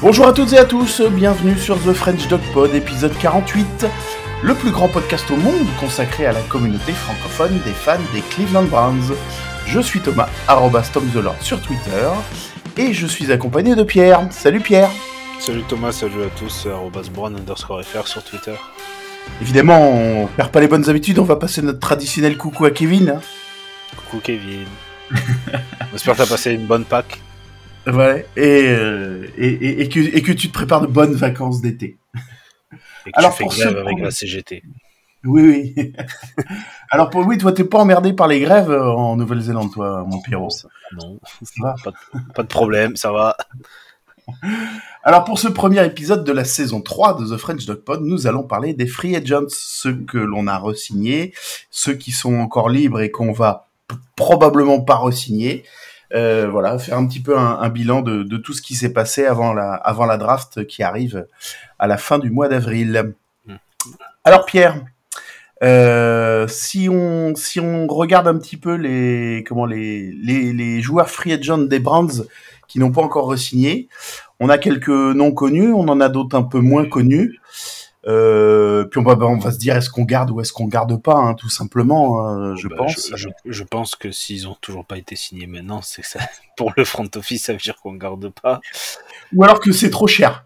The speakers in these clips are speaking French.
Bonjour à toutes et à tous, bienvenue sur The French Dog Pod, épisode 48, le plus grand podcast au monde consacré à la communauté francophone des fans des Cleveland Browns. Je suis Thomas, @TomTheLord sur Twitter, et je suis accompagné de Pierre. Salut Pierre. Salut Thomas, salut à tous, @Brown_FR sur Twitter. Évidemment, on perd pas les bonnes habitudes, on va passer notre traditionnel coucou à Kevin. Hein. Coucou Kevin. J'espère que t'as passé une bonne Pâques. Ouais, et que tu te prépares de bonnes vacances d'été. Et que alors, tu fais grève avec la CGT. Oui. Alors oui, toi t'es pas emmerdé par les grèves en Nouvelle-Zélande, toi, mon Pierrot. Non, pas de problème, ça va. Alors pour ce premier épisode de la saison 3 de The French Dog Pod, nous allons parler des free agents, ceux que l'on a re-signés, ceux qui sont encore libres et qu'on va probablement pas re-signer. Voilà, faire un petit peu un bilan de tout ce qui s'est passé avant la draft qui arrive à la fin du mois d'avril. Alors Pierre, si on regarde un petit peu les joueurs free agents des Browns qui n'ont pas encore re-signé, on a quelques noms connus, on en a d'autres un peu moins connus. Puis on va se dire est-ce qu'on garde ou est-ce qu'on garde pas, hein, tout simplement, je pense. Je pense que s'ils ont toujours pas été signés maintenant, c'est ça. Pour le front office, ça veut dire qu'on garde pas. Ou alors que c'est trop cher.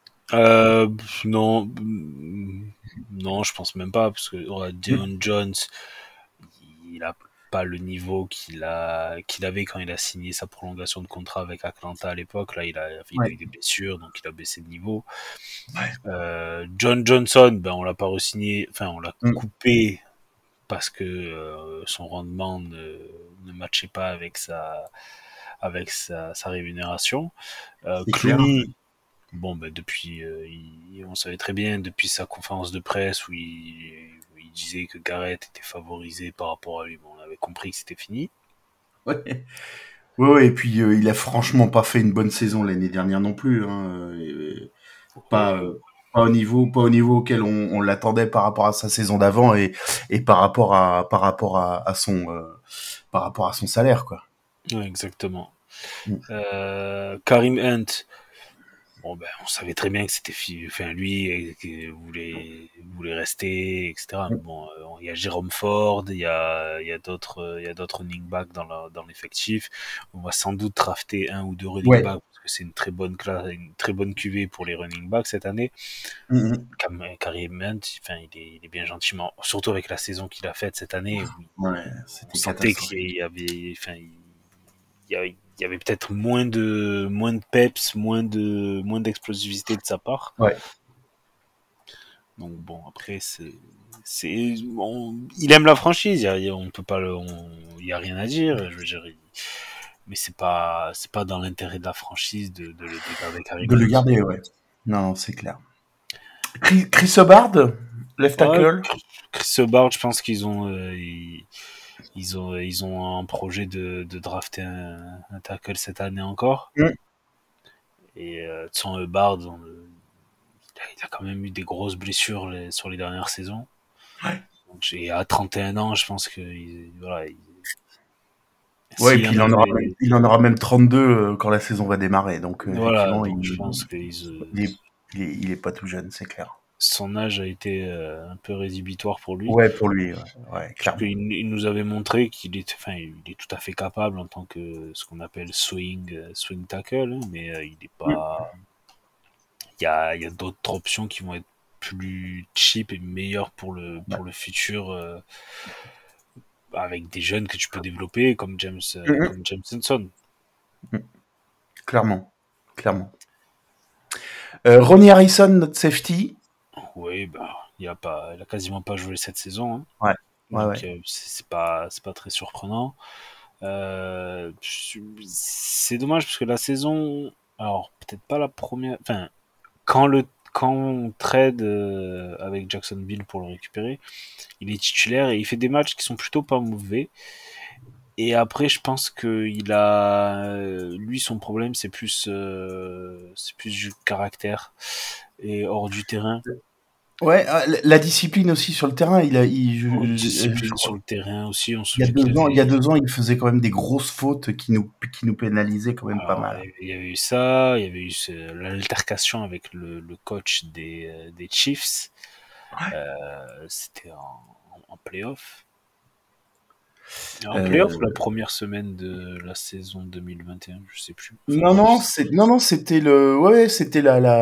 Non, je pense même pas, parce que Deion Jones, il a pas le niveau qu'il avait quand il a signé sa prolongation de contrat avec Atlanta à l'époque. Là, il a eu des blessures, donc il a baissé de niveau. Ouais. John Johnson, on l'a pas re-signé, enfin on l'a coupé parce que son rendement ne matchait pas avec sa rémunération. Clooney, depuis, on savait très bien depuis sa conférence de presse où il disait que Garrett était favorisé par rapport à lui. On avait compris que c'était fini. Ouais, et puis il a franchement pas fait une bonne saison l'année dernière non plus. Hein. Pas au niveau auquel on l'attendait par rapport à sa saison d'avant et par rapport à son salaire, quoi. Ouais, exactement. Kareem Hunt. On savait très bien que c'était lui qui voulait rester, etc. Bon, il y a Jérôme Ford, il y a d'autres running backs dans l'effectif. On va sans doute drafter un ou deux running backs parce que c'est une très bonne classe, une très bonne cuvée pour les running backs cette année. Kareem Hunt, il est bien gentiment, surtout avec la saison qu'il a faite cette année. On sentait qu'il y avait peut-être moins de peps, moins d'explosivité de sa part. Ouais. Donc bon, après il aime la franchise, on peut pas il y a rien à dire, je veux dire, mais c'est pas dans l'intérêt de la franchise de garder Karim. De le garder, ouais. Non, c'est clair. Chris Hubbard, left tackle. Chris Hubbard, je pense qu'ils ont ils ont un projet de drafter un tackle cette année encore. Et sans Hubbard, il a quand même eu des grosses blessures sur les dernières saisons. Ouais. Donc, et à 31 ans, je pense que voilà. Ouais, et puis il en aura même 32 quand la saison va démarrer. Donc voilà, effectivement, donc je pense il est pas tout jeune, c'est clair. Son âge a été un peu rédhibitoire pour lui. Ouais, pour lui, ouais, clairement. Il nous avait montré qu'il est tout à fait capable en tant que ce qu'on appelle swing tackle, mais il est pas. Il y a d'autres options qui vont être plus cheap et meilleures pour le futur, avec des jeunes que tu peux développer comme James Johnson. Clairement. Ronnie Harrison, notre safety. Oui, il a quasiment pas joué cette saison. Hein. Ouais. Donc c'est pas très surprenant. C'est dommage parce que la saison, alors peut-être pas la première, quand on trade avec Jacksonville pour le récupérer, il est titulaire et il fait des matchs qui sont plutôt pas mauvais. Et après, je pense que lui, son problème, c'est plus du caractère et hors du terrain. Ouais, la discipline aussi sur le terrain, je Discipline crois, sur le terrain aussi, on se il y a souvient qu'il 2 ans, il y a avait. 2 ans, il faisait quand même des grosses fautes qui nous pénalisaient quand même pas Alors, mal. il y avait eu ça, il y avait eu l'altercation avec le coach des Chiefs. C'était en playoff. En playoff, la Euh, première semaine de la saison 2021, je sais plus. Enfin non, bref. non, c'était ouais, c'était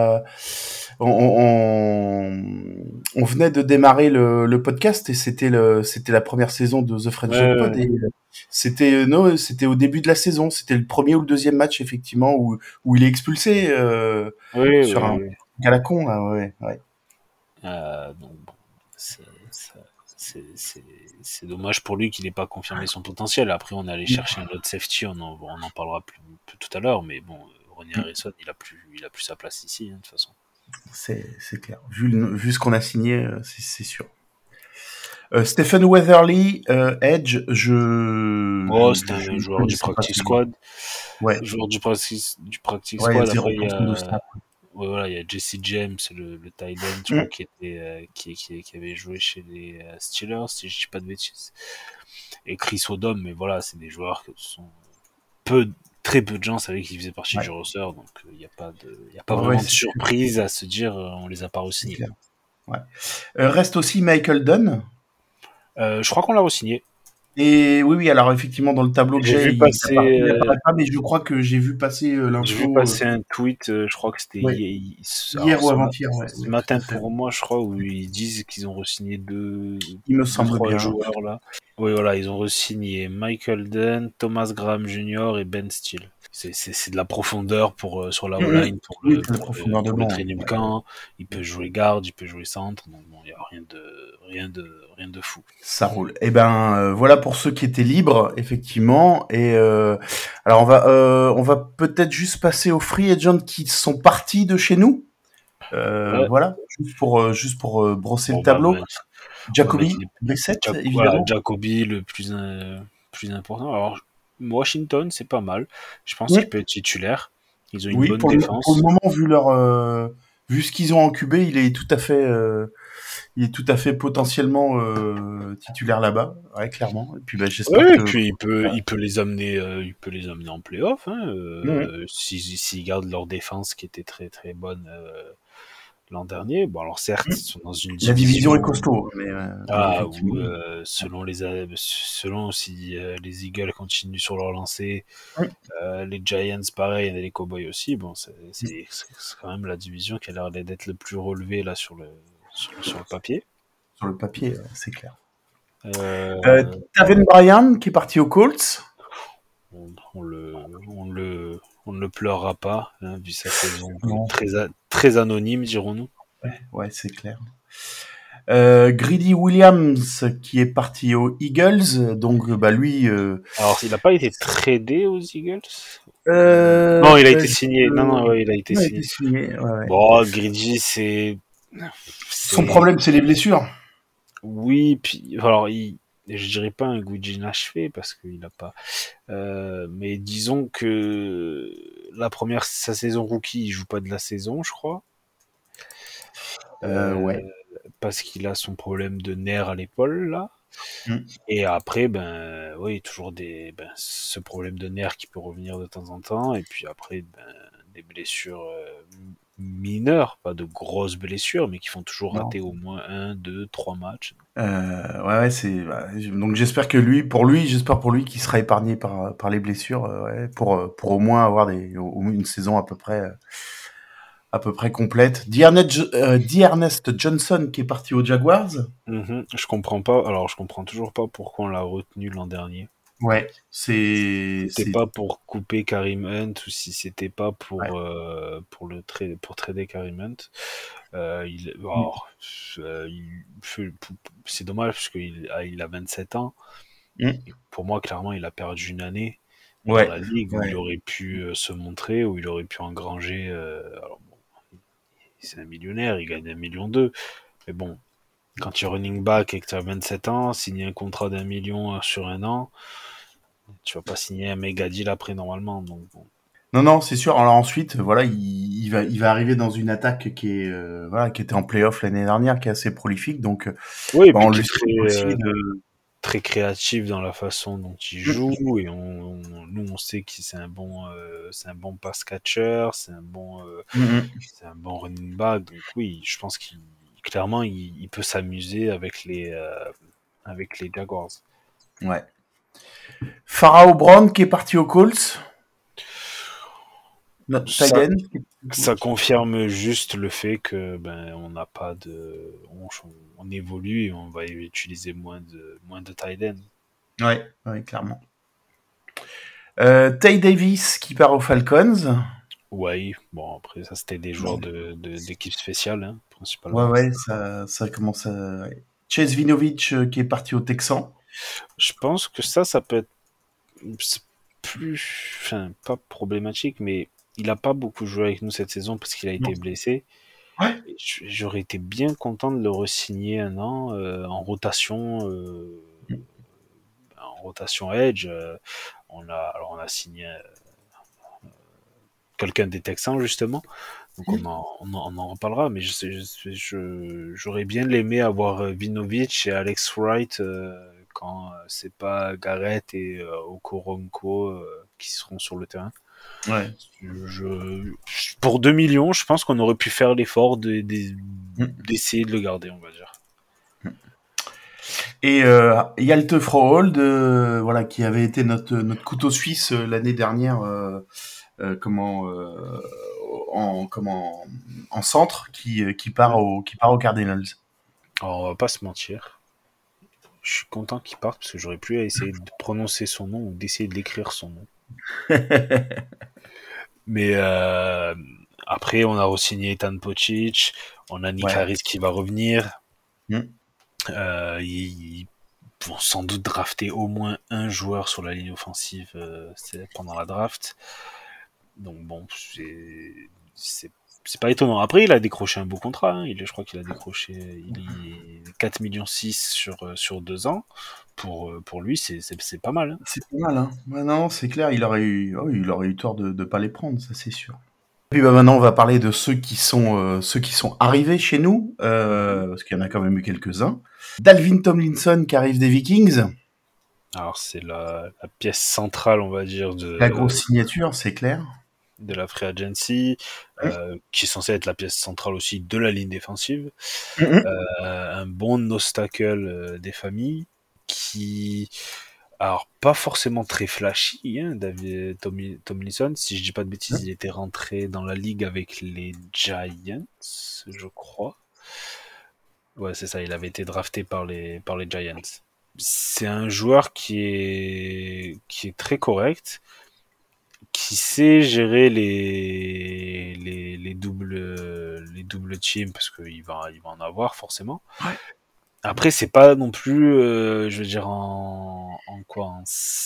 on venait de démarrer le podcast et c'était la première saison de The French Ouais, Dog ouais, Pod et c'était, non, c'était au début de la saison. C'était le premier ou le deuxième match, effectivement, où il est expulsé, ouais, sur un ouais, ouais. galacon, là, ouais, ouais. Donc bon, c'est ça- c'est dommage pour lui qu'il n'ait pas confirmé son potentiel. Après, on est allé chercher un autre safety, on en parlera plus tout à l'heure, mais bon, Ronnie Harrison, il a plus sa place ici, hein, de toute façon. C'est clair. Vu ce qu'on a signé, c'est sûr. Stephen Weatherly, Edge, Oh, c'était je un ne joueur du connaissais pas practice ce joueur. squad. Ouais, Joueur du practice ouais, il y a squad. Après, il y 0% de a, snap. ouais, voilà, il y a Jesse James, le tight end, je crois, Mm. qui était, qui avait joué chez les Steelers, si je dis pas de bêtises. Et Chris Odom, mais voilà, c'est des joueurs que sont peu, très peu de gens savaient qu'ils faisaient partie du Ouais, roster, donc il n'y a pas de, y a pas ouais, ouais, vraiment de c'est sûr, surprise à se dire on les a pas c'est re-signés. clair. Ouais. Reste aussi Michael Dunn. Je crois qu'on l'a re-signé. Et oui, oui, alors effectivement, dans le tableau que J'ai j'ai, vu passer, il apparaît pas, mais je crois que j'ai vu passer j'ai vu l'info. passer un tweet, je crois que c'était Ouais, alors, hier ou avant-hier, ouais, ce ouais, tout matin à fait. pour moi, je crois, où ils disent qu'ils ont re-signé Il me deux, semble trois bien. joueurs là. Oui, voilà, ils ont re-signé Michael Dunn, Thomas Graham Jr. et Ben Steele. C'est de la profondeur sur la O-line Oui, c'est la profondeur de pour le banc. training Ouais. camp. Il peut jouer garde, il peut jouer centre. Donc bon, il n'y a rien de fou. Ça roule. Eh ben, voilà pour ceux qui étaient libres, effectivement. Et alors on va peut-être juste passer aux free agents qui sont partis de chez nous. Ouais. Voilà, juste pour brosser le Bon, tableau. on va mettre Jacoby Brissett, voilà, évidemment. Jacoby le plus important. Alors, Washington, c'est pas mal. Je pense qu'il Oui, peut être titulaire. Ils ont une oui, bonne pour le défense. moment, vu ce qu'ils ont en QB, il est tout à fait potentiellement titulaire là-bas, ouais, clairement. Et puis bah, Oui, j'espère et que puis il peut les amener en playoff, hein, Mhm. s'ils gardent leur défense qui était très très bonne l'an dernier. Bon, alors certes, ils sont dans une La division est division. costaud, mais Ah, effectivement. où, selon si les Eagles continuent sur leur lancée, Mhm. les Giants pareil, et les Cowboys aussi. Bon, c'est quand même la division qui a l'air d'être le plus relevée là sur le papier. Sur le papier, c'est clair. Euh, Taven Bryan qui est parti aux Colts. on ne le pleurera pas, hein, vu sa saison Non. très anonyme, dirons-nous. Ouais, ouais, c'est clair. Greedy Williams qui est parti aux Eagles, donc bah lui, Alors, il n'a pas été tradé aux Eagles. euh, Non, il a été signé. Non, non, je- ouais, il a été il a été signé. signé. Ouais, ouais. Bon, Grigi, Son c'est, problème, c'est les blessures. oui, puis, alors, je dirais pas un Guigi inachevé parce qu'il a pas. Mais disons que sa saison rookie, il joue pas de la saison, je crois, Ouais. parce qu'il a son problème de nerf à l'épaule là. Mm. Et après, ben, oui, toujours ce problème de nerf qui peut revenir de temps en temps. Et puis après, ben, des blessures mineures, pas de grosses blessures, mais qui font toujours Non. rater au moins un, deux, trois matchs. Ouais, ouais, donc j'espère pour lui qu'il sera épargné par les blessures, ouais, pour au moins avoir une saison à peu près complète. D'Ernest Johnson qui est parti aux Jaguars. Je comprends pas. Alors, je comprends toujours pas pourquoi on l'a retenu l'an dernier. Ouais, C'était pas pour couper Karim Hunt ou si c'était pas ouais. pour trader Karim Hunt. Mm. Alors, c'est dommage parce qu'il a 27 ans. Mm. Pour moi, clairement, il a perdu une année dans Ouais, la ligue où il ouais. aurait pu se montrer, où il aurait pu engranger. Alors bon, c'est un millionnaire, il gagne 1,2 million. Mais bon, quand tu es running back et que tu as 27 ans, signer un contrat d'1 million sur un an, tu vas pas signer un méga deal après normalement. Donc bon. Non, non, c'est sûr. Alors ensuite, voilà, il va arriver dans une attaque qui est, voilà, qui était en playoff l'année dernière, qui est assez prolifique. Donc, Oui, et bah, puis on qui lui est souhaite aussi de. très créatif dans la façon dont il Mm, joue et nous on sait que c'est un bon pass catcher, mm, mm. c'est un bon running back. Donc oui, je pense qu'il clairement il peut s'amuser avec les Jaguars. Ouais. Pharaoh Brown qui est parti aux Colts. Notre tight Ça end qui est parti aux Ça Colts. confirme juste le fait que ben on n'a pas on évolue et on va utiliser moins de tight end. Ouais, ouais, clairement. Tay Davis qui part aux Falcons. Ouais, bon après ça c'était des joueurs d'équipe spéciale hein, Ouais, principalement. ouais, ça commence à. Ouais. Chase Vinovich qui est parti aux Texans. Je pense que ça peut être c'est enfin pas problématique, mais il a pas beaucoup joué avec nous cette saison parce qu'il a Non. été blessé. Ouais. Et j'aurais été bien content de le re-signer un an en rotation edge. On a signé quelqu'un des Texans justement, donc on en reparlera. Mais j'aurais bien aimé avoir Vinovich et Alex Wright quand c'est pas Garrett et Okoronko qui seront sur le terrain. Ouais. Pour 2 millions, je pense qu'on aurait pu faire l'effort Mm. d'essayer de le garder, on va dire. Et Hjalte Froholt, voilà, qui avait été notre couteau suisse l'année dernière, comment en centre, qui part aux Cardinals. Alors, on va pas se mentir. Je suis content qu'il parte parce que j'aurais pu essayer de prononcer son nom ou d'essayer de l'écrire son nom. Mais après, on a re-signé Ethan Pocic, on a Nick Ouais. Harris qui va revenir. Mm. Ils vont sans doute drafter au moins un joueur sur la ligne offensive pendant la draft. Donc bon, c'est pas étonnant. Après, il a décroché un beau contrat. Hein. Je crois qu'il a décroché 4 millions 6 sur 2 ans. Pour lui, c'est pas mal. Hein. C'est pas mal, hein. Ouais, non, c'est clair, il aurait eu tort de pas les prendre, ça c'est sûr. Et puis bah maintenant, on va parler de ceux qui sont arrivés chez nous, Mhm. parce qu'il y en a quand même eu quelques-uns. Dalvin Tomlinson qui arrive des Vikings. Alors c'est la pièce centrale, on va dire, La grosse signature, c'est clair. de la free agency, Ouais. qui est censée être la pièce centrale aussi de la ligne défensive. Mhm. Un bon nose tackle des familles qui, alors pas forcément très flashy, hein, Tomlinson. Si je dis pas de bêtises, il était rentré dans la ligue avec les Giants, je crois. Ouais, c'est ça. Il avait été drafté par les Giants. C'est un joueur qui est très correct, qui sait gérer les doubles teams parce il va en avoir forcément. Ouais. Après, c'est pas non plus, je veux dire, en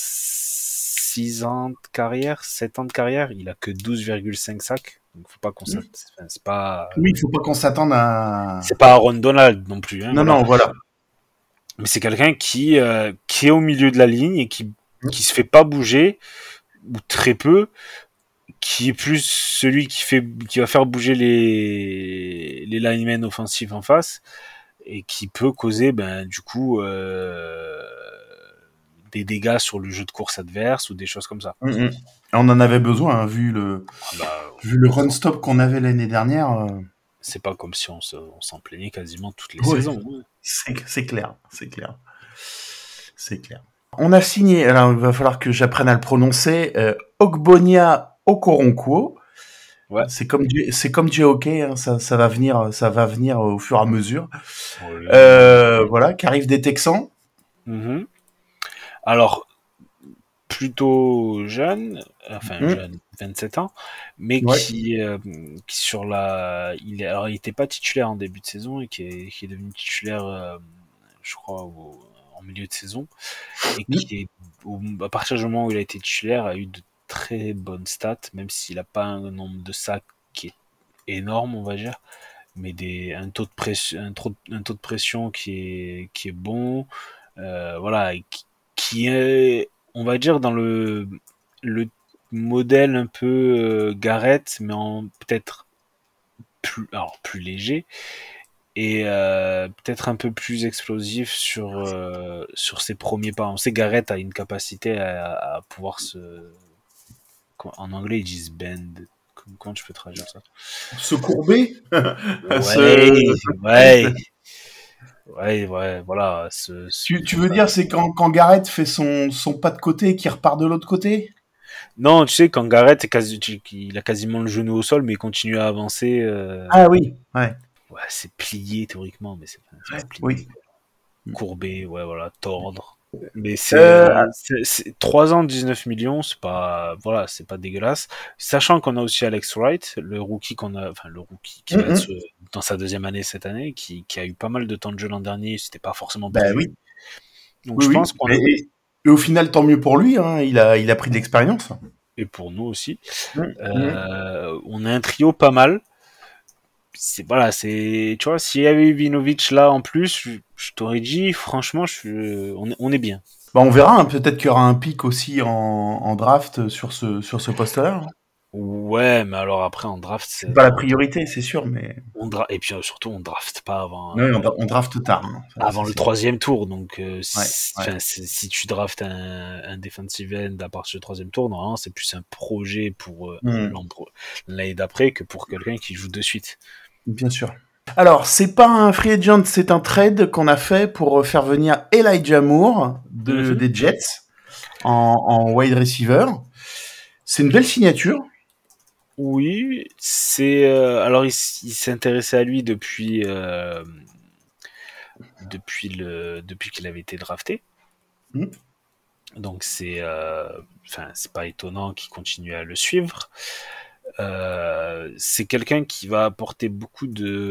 6 ans de carrière, 7 ans de carrière, il a que 12,5 sacs. Donc, faut pas qu'on Mhm. s'attende, Oui, il faut pas qu'on s'attende à. c'est pas Aaron Donald non plus, hein, Non, voilà. non, voilà. Mais c'est quelqu'un qui est au milieu de la ligne et qui se fait pas bouger, ou très peu, qui est plus celui qui va faire bouger les linemen offensifs en face et qui peut causer ben du coup des dégâts sur le jeu de course adverse ou des choses comme ça. Mhm. On en avait besoin, hein, Ah bah, vu le run stop qu'on avait l'année dernière. c'est pas comme si on s'en plaignait quasiment toutes les Ouais, saisons. Hein. c'est clair, c'est clair, c'est clair. On a signé, alors il va falloir que j'apprenne à le prononcer, Ogbonia Okoronkwo. Ouais. C'est comme du hockey, hein, ça va venir au fur et à mesure. Oui. Voilà, qui arrive des Texans. Mhm. Alors, plutôt enfin Hmm, jeune, 27 ans, mais ouais. qui sur la, alors il était pas titulaire en début de saison et qui est devenu titulaire, je crois, en milieu de saison et Hmm, qui est, à partir du moment où il a été titulaire, a eu de très bonnes stats, même s'il a pas un nombre de sacs qui est énorme, on va dire, mais un taux de pression qui est bon, voilà, et qui est, on va dire, dans le modèle un peu Garrett, mais en peut-être plus léger et peut-être un peu plus explosif sur ses premiers pas. On sait que Garrett a une capacité à pouvoir en anglais ils disent bend. Comment tu peux traduire ça? Se courber, Ouais, se ouais, ouais, voilà. tu veux dire c'est quand Garrett fait son pas de côté et qu'il repart de l'autre côté? Non, tu sais, quand Garrett il a quasiment le genou au sol, mais il continue à avancer. Ah oui, ouais, Ouais, c'est plié théoriquement, mais c'est pas plié. oui. Courbé, ouais, voilà, tordre. Mais Euh, 3 ans, 19 millions, c'est pas, voilà, c'est pas dégueulasse. Sachant qu'on a aussi Alex Wright, le rookie le rookie qui va être dans sa deuxième année cette année, qui a eu pas mal de temps de jeu l'an dernier, c'était pas forcément ben prévu. oui, Donc oui, je pense oui. qu'on, Et au final, tant mieux pour lui, hein, il a pris de l'expérience. et pour nous aussi, Mm, mm. on a un trio pas mal. Voilà, tu vois, s'il y avait eu Vinovic là en plus, je t'aurais dit, franchement, on est bien. Bah, on verra, hein, peut-être qu'il y aura un pic aussi en draft sur ce poste-là, hein. Ouais, mais alors après en draft, C'est pas la priorité, c'est sûr, mais et puis surtout on draft pas ouais, on draft tard, hein, ça avant le c'est sûr. troisième tour. Donc, Ouais, ouais. si tu draftes un defensive end à partir du troisième tour, normalement c'est plus un projet pour Mm, l'année d'après que pour quelqu'un qui joue de suite. bien sûr. Alors, c'est pas un free agent, c'est un trade qu'on a fait pour faire venir Elijah Moore Mhm. des Jets en wide receiver. C'est une belle signature. Oui, alors il s'est intéressé à lui depuis qu'il avait été drafté. Mm, Donc c'est pas étonnant qu'il continue à le suivre. C'est quelqu'un qui va apporter beaucoup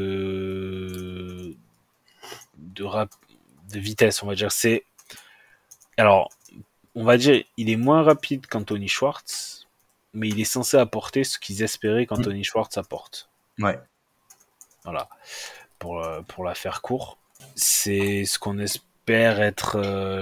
de, rap, de vitesse, on va dire. Alors, on va dire, il est moins rapide qu'Anthony Schwartz, mais il est censé apporter ce qu'ils espéraient mm. qu'Anthony Schwartz apporte. Ouais. Voilà, pour la faire court. C'est ce qu'on espère être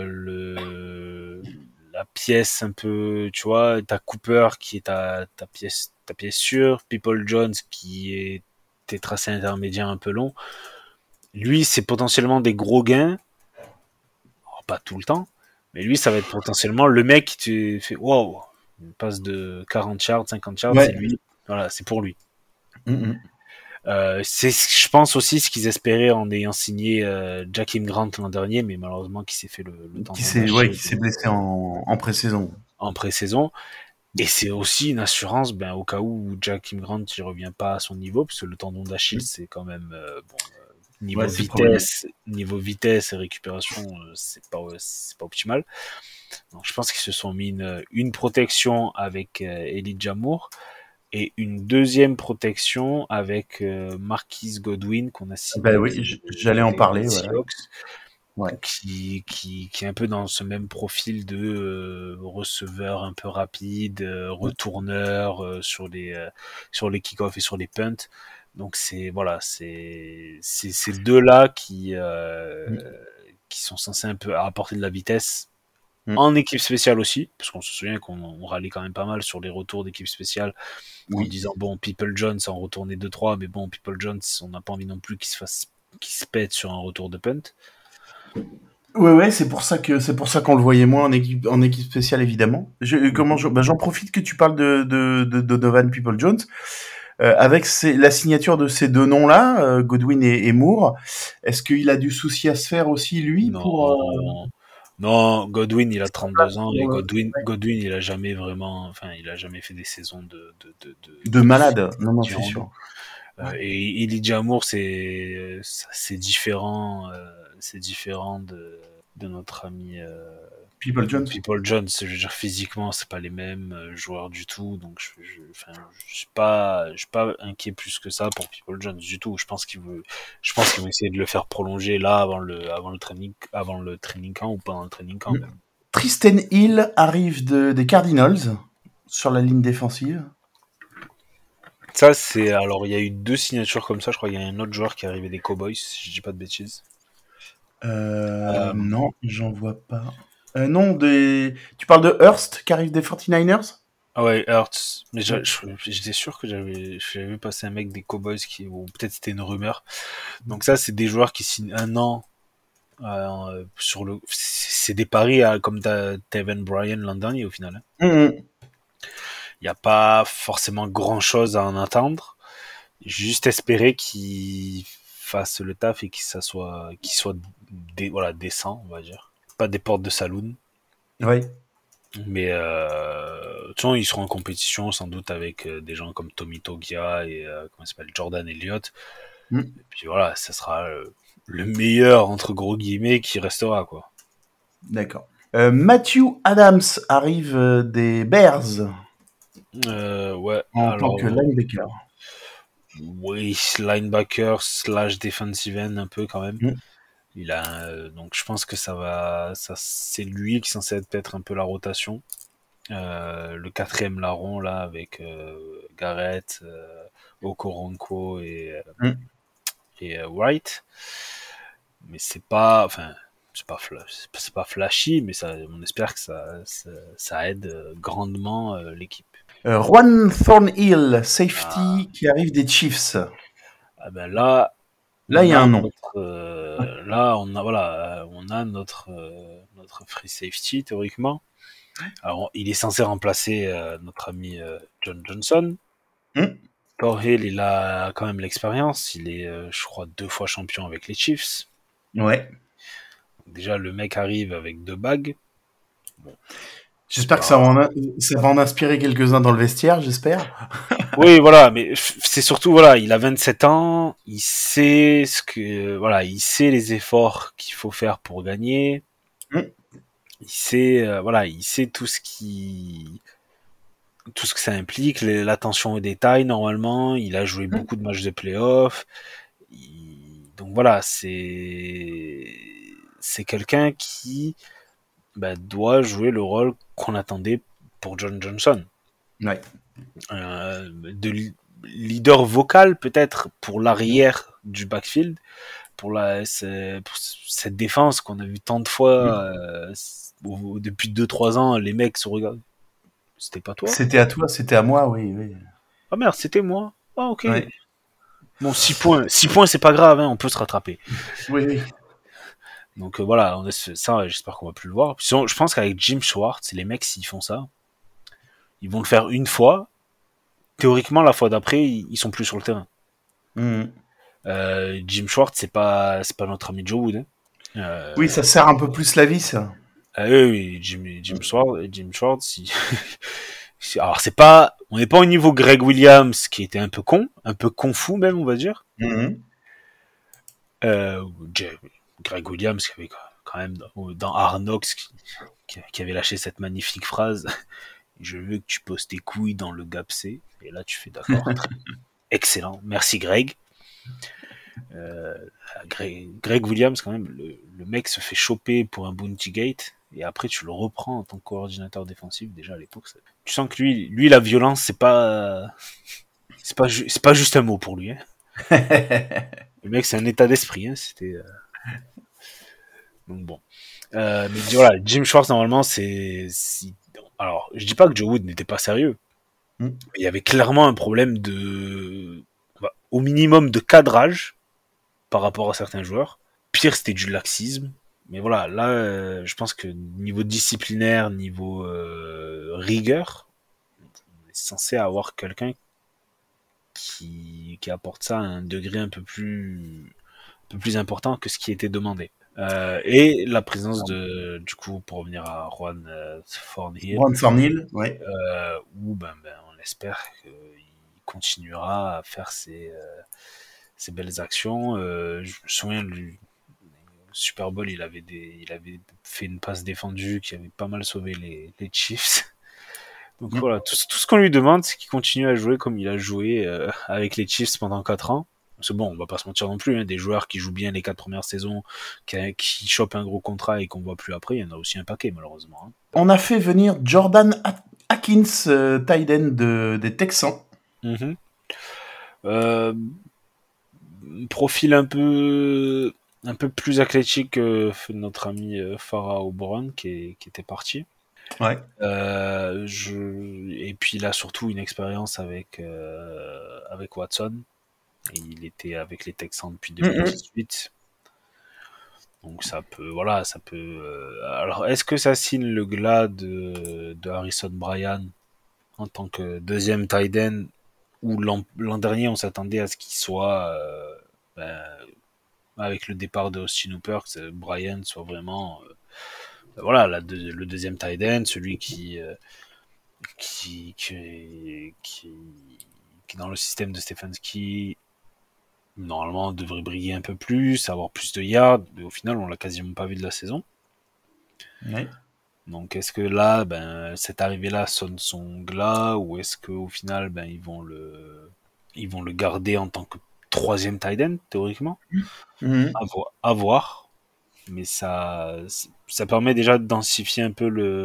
la pièce un peu, tu vois, t'as Cooper qui est ta pièce sûre, People Jones qui est tes tracés intermédiaires un peu longs. Lui, c'est potentiellement des gros gains, alors, pas tout le temps, mais lui, ça va être potentiellement le mec qui te fait wow, il passe de 40 yards, 50 yards, c'est Ouais. lui, voilà, c'est pour lui. Mm, mm. C'est, je pense aussi, ce qu'ils espéraient en ayant signé Jakeem Grant l'an dernier, mais malheureusement qui s'est fait le tendon Qui d'Achille s'est blessé en pré-saison. en pré-saison. Et c'est aussi une assurance, ben, au cas où Jakeem Grant ne revient pas à son niveau, parce que le tendon d'Achille, Mm. c'est quand même bon, Ouais, c'est problématique. niveau vitesse et récupération, c'est pas optimal. Donc je pense qu'ils se sont mis une protection avec Elijah Moore et une deuxième protection avec Marquise Godwin qu'on a Ben signé oui, j'allais en des parler, voilà. Seahawks, Ouais. qui est un peu dans ce même profil de receveur un peu rapide, retourneur sur les kick-offs et sur les punts. Donc c'est voilà, c'est ces deux-là Mm, qui sont censés un peu apporter de la vitesse mm. en équipe spéciale aussi, parce qu'on se souvient qu'on râlait quand même pas mal sur les retours d'équipe spéciale en Oui. disant bon, People Jones en retourner 2-3, mais bon, People Jones, on n'a pas envie non plus qu'il se pète sur un retour de punt. Ouais, ouais, c'est pour ça qu'on le voyait moins en équipe spéciale évidemment. J'en profite que tu parles de Donovan People-Jones. Avec la signature de ces deux noms-là, Godwin et Moore, est-ce qu'il a du souci à se faire aussi lui pour Non, non, Godwin, il a 32 ans et pour, Godwin, il a jamais vraiment, enfin, il a jamais fait des saisons de malade? Non, non, c'est dirons sûr. et Elijah Moore, c'est différent de notre ami People-Jones. People Jones. Je veux dire, physiquement, c'est pas les mêmes joueurs du tout, donc enfin, je suis pas inquiet plus que ça pour People Jones du tout. Je pense qu'ils vont essayer de le faire prolonger là avant le training camp ou pendant le training camp Mm. même. Tristan Hill arrive des Cardinals sur la ligne défensive. Ça, alors, il y a eu deux signatures comme ça. Je crois qu'il y a un autre joueur qui est arrivé des Cowboys, si je dis pas de bêtises. Euh, Non, j'en vois pas. Non, tu parles de Hurst qui arrive des 49ers? Ah ouais, alors, mais j'étais sûr que j'avais vu passer un mec des Cowboys ou peut-être c'était une rumeur. Donc ça, c'est des joueurs qui signent un an c'est des paris comme Taven Bryan l'an dernier au final, hein. Mhm. Il n'y a pas forcément grand chose à en attendre. Juste espérer qu'il fasse le taf et qu'il soit voilà, décent, on va dire. Pas des portes de saloon. Ouais. Mais de toute façon, ils seront en compétition sans doute avec des gens comme Tommy Togia et comment il s'appelle, Jordan Elliott. Mhm. Et puis voilà, ça sera le meilleur entre gros guillemets qui restera quoi. D'accord. Matthew Adams arrive des Bears Ouais, en tant que alors linebacker. oui, linebacker slash defensive end un peu quand même. Mhm. Donc je pense que c'est lui qui est censé être peut-être un peu la rotation. Le quatrième larron là avec Garrett, Okoronkwo Mhm. et Wright. Mais c'est pas, enfin, c'est pas flashy, mais on espère que ça aide grandement l'équipe. Juan Thornhill, Ah, safety, qui arrive des Chiefs. ah ben là, Là, il y a un nom. on a notre free safety théoriquement. Alors, il est censé remplacer notre ami John Johnson. Mhm. Thornhill, il a quand même l'expérience. Il est, je crois, 2 fois champion avec les Chiefs. Ouais. Déjà, le mec arrive avec 2 bagues. Bon, c'est J'espère que pas. ça va en inspirer quelques-uns dans le vestiaire, j'espère. Oui, voilà, mais c'est surtout, voilà, il a 27 ans, il sait voilà, il sait les efforts qu'il faut faire pour gagner, Mhm. il sait, voilà, il sait tout ce que ça implique, l'attention aux détails, normalement, il a joué beaucoup de matchs de playoff, donc voilà, c'est quelqu'un qui, bah, doit jouer le rôle qu'on attendait pour John Johnson. Ouais. De leader vocal peut-être pour l'arrière du backfield, pour cette défense qu'on a vu tant de fois depuis 2-3 ans, les mecs se regardent. C'était pas toi? C'était à toi, c'était à moi, oui, oui. Ah merde, c'était moi. Ah ok. Ouais. Bon, 6 points. 6 points, c'est pas grave, hein, on peut se rattraper. Oui, oui. Donc voilà, ça, j'espère qu'on va plus le voir. Sinon, je pense qu'avec Jim Schwartz, les mecs, s'ils font ça, ils vont le faire une fois. Théoriquement, la fois d'après, ils sont plus sur le terrain. Mhm. Jim Schwartz, c'est pas notre ami Joe Wood, hein. Oui, Euh, ça sert un peu plus la vie, ça. oui, Jim Schwartz, alors on n'est pas au niveau Greg Williams qui était un peu confus même, on va dire. Mhm. Euh, Greg Williams qui avait quand même dans Hard Knocks qui avait lâché cette magnifique phrase. Je veux que tu poses tes couilles dans le gap C. Et là, tu fais d'accord. Excellent. Merci Greg. Euh, Greg Williams, quand même, le mec se fait choper pour un bounty gate et après tu le reprends en tant que coordinateur défensif. Déjà à l'époque, tu sens que lui, la violence, c'est pas juste un mot pour lui, hein. Le mec, c'est un état d'esprit, hein. Donc bon. Mais voilà, Jim Schwartz normalement, alors je dis pas que Joe Wood n'était pas sérieux, Mhm. mais il y avait clairement un problème au minimum de cadrage par rapport à certains joueurs. Pire, c'était du laxisme. Mais voilà, là, je pense que niveau disciplinaire, niveau rigueur, on est censé avoir quelqu'un qui apporte ça à un degré un peu plus important que ce qui était demandé. Et la présence du coup, pour revenir à Juan Thornhill, Ron Thornhill, ouais. où on espère qu'il continuera à faire ses belles actions. Je me souviens du Super Bowl, il avait fait une passe défendue qui avait pas mal sauvé les Chiefs. Donc Mhm. voilà, tout ce qu'on lui demande, c'est qu'il continue à jouer comme il a joué avec les Chiefs pendant 4 ans. C'est bon, on va pas se mentir non plus, hein, des joueurs qui jouent bien les 4 premières saisons, qui chopent un gros contrat et qu'on voit plus après, il y en a aussi un paquet malheureusement, hein. On a fait venir Jordan Atkins, tight end des Texans. Mhm. Euh, Profil un peu plus athlétique que notre ami Farah O'Brien qui était parti. Ouais. Et puis il a surtout une expérience avec Watson. Il était avec les Texans depuis 2018. Donc ça peut, voilà, ça peut. Alors, est-ce que ça signe le glas de Harrison Bryant en tant que deuxième tight end, ou l'an dernier on s'attendait à ce qu'il soit, ben, avec le départ de Austin Hooper, que Bryant soit vraiment, voilà, le deuxième tight end, celui qui dans le système de Stefanski normalement devrait briller un peu plus, avoir plus de yards, mais au final on l'a quasiment pas vu de la saison. Ouais. Donc est-ce que là, ben, cette arrivée-là sonne son glas, ou est-ce qu'au final, ben, ils vont le garder en tant que troisième tight end, théoriquement? À voir. Mais ça permet déjà de densifier un peu